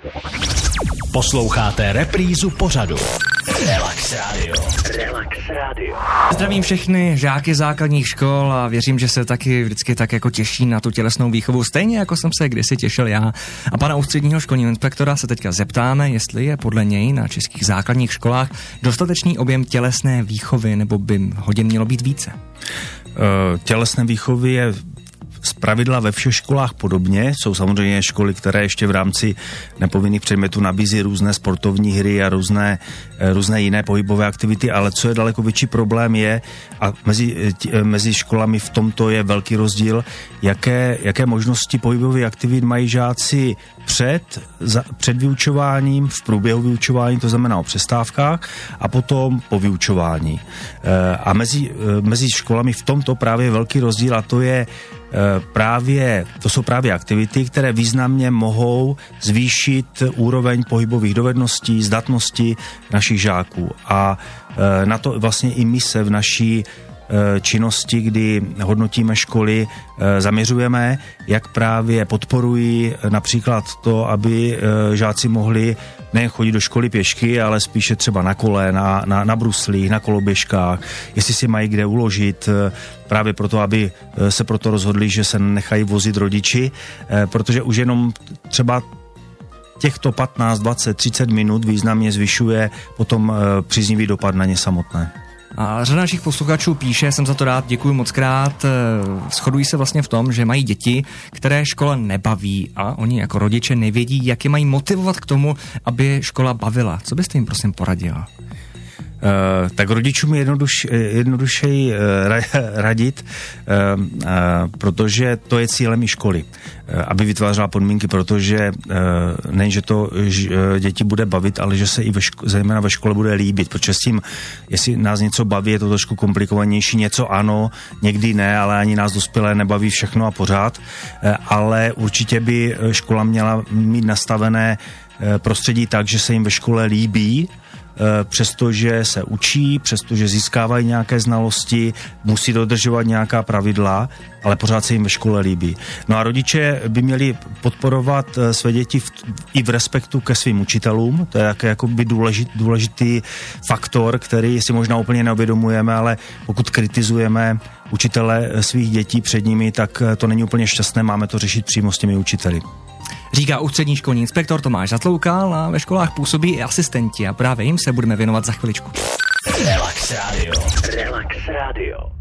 Posloucháte reprízu pořadu Relax Radio. Relax Radio. Zdravím všechny žáky základních škol a věřím, že se taky vždycky tak jako těší na tu tělesnou výchovu, stejně jako jsem se kdysi těšil já. A pana ústředního školního inspektora se teďka zeptáme, jestli je podle něj na českých základních školách dostatečný objem tělesné výchovy, nebo by hodin mělo být více. Tělesné výchovy je zpravidla ve všech školách podobně. Jsou samozřejmě školy, které ještě v rámci nepovinných předmětů nabízí různé sportovní hry a různé jiné pohybové aktivity, ale co je daleko větší problém je, a mezi školami v tomto je velký rozdíl, jaké možnosti pohybových aktivit mají žáci před vyučováním, v průběhu vyučování, to znamená o přestávkách, a potom po vyučování. A mezi školami v tomto právě je velký rozdíl, a to jsou právě aktivity, které významně mohou zvýšit úroveň pohybových dovedností, zdatnosti našich žáků. A na to vlastně i my se v naší činnosti, kdy hodnotíme školy, zaměřujeme, jak právě podporují například to, aby žáci mohli nejen chodit do školy pěšky, ale spíše třeba na kole, na bruslích, na koloběžkách, jestli si mají kde uložit, právě proto, aby se proto rozhodli, že se nechají vozit rodiči, protože už jenom třeba těchto 15, 20, 30 minut významně zvyšuje potom příznivý dopad na ně samotné. A řada našich posluchačů píše, jsem za to rád, děkuji moc krát, shodují se vlastně v tom, že mají děti, které škola nebaví, a oni jako rodiče nevědí, jak je mají motivovat k tomu, aby škola bavila. Co byste jim prosím poradila? Tak rodičům je jednodušeji radit, protože to je cílem i školy, aby vytvářela podmínky, protože nejen, že to děti bude bavit, ale že se i zejména ve škole bude líbit, protože s tím, jestli nás něco baví, je to trošku komplikovanější, něco ano, někdy ne, ale ani nás dospělé nebaví všechno a pořád, ale určitě by škola měla mít nastavené prostředí tak, že se jim ve škole líbí, přestože se učí, přestože získávají nějaké znalosti, musí dodržovat nějaká pravidla, ale pořád se jim ve škole líbí. No a rodiče by měli podporovat své děti i v respektu ke svým učitelům, to je jakoby důležitý faktor, který si možná úplně neuvědomujeme, ale pokud kritizujeme učitele svých dětí před nimi, tak to není úplně šťastné, máme to řešit přímo s těmi učiteli. Říká ústřední školní inspektor Tomáš Zatloukal, a ve školách působí i asistenti a právě jim se budeme věnovat za chviličku. Relax Radio. Relax Radio.